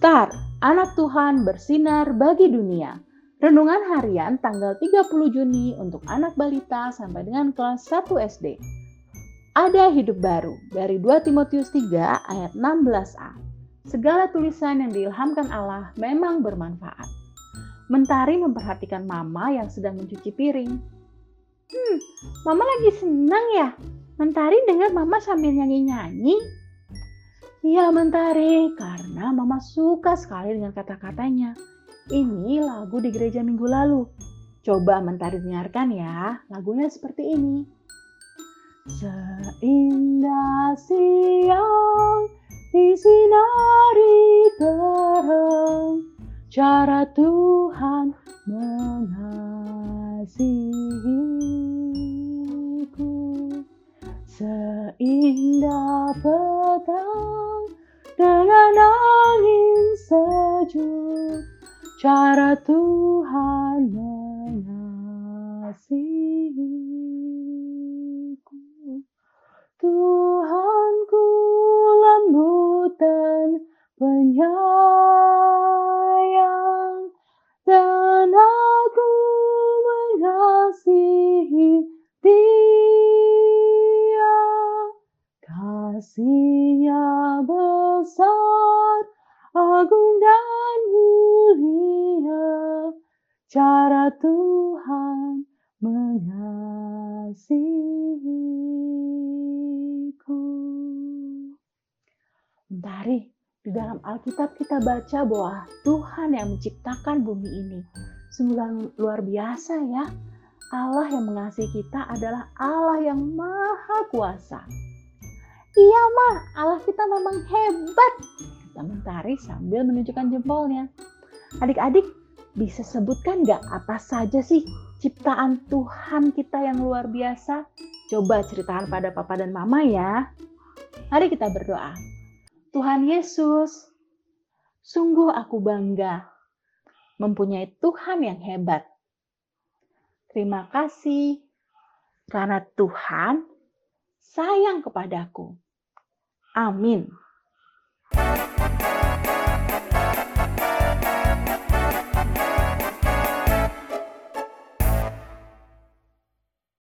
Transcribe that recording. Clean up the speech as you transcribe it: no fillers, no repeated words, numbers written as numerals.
Star, anak Tuhan bersinar bagi dunia. Renungan harian tanggal 30 Juni untuk anak balita sampai dengan kelas 1 SD. Ada hidup baru dari 2 Timotius 3 ayat 16a. Segala tulisan yang diilhamkan Allah memang bermanfaat. Mentari memperhatikan Mama yang sedang mencuci piring. Mama lagi senang ya? Mentari dengar Mama sambil nyanyi-nyanyi. Iya Mentari, karena Mama suka sekali dengan kata-katanya. Ini lagu di gereja minggu lalu. Coba Mentari dengarkan ya, lagunya seperti ini. Seindah siang disinari terang, cara Tuhan mengasihiku. Seindah petang dengan angin sejuk, cara Tuhan mengasihiku. Tuhanku lembut dan penyayang, dan aku mengasihi Dia. Kasih-Nya besar, agung dan mulia, cara Tuhan mengasihiku. Mentari, di dalam Alkitab kita baca bahwa Tuhan yang menciptakan bumi ini. Sungguh luar biasa ya. Allah yang mengasihi kita adalah Allah yang maha kuasa. Iya mah, Allah kita memang hebat, kata Mentari sambil menunjukkan jempolnya. Adik-adik, bisa sebutkan gak apa saja sih ciptaan Tuhan kita yang luar biasa? Coba ceritakan pada Papa dan Mama ya. Mari kita berdoa. Tuhan Yesus, sungguh aku bangga mempunyai Tuhan yang hebat. Terima kasih karena Tuhan sayang kepadaku. Amin.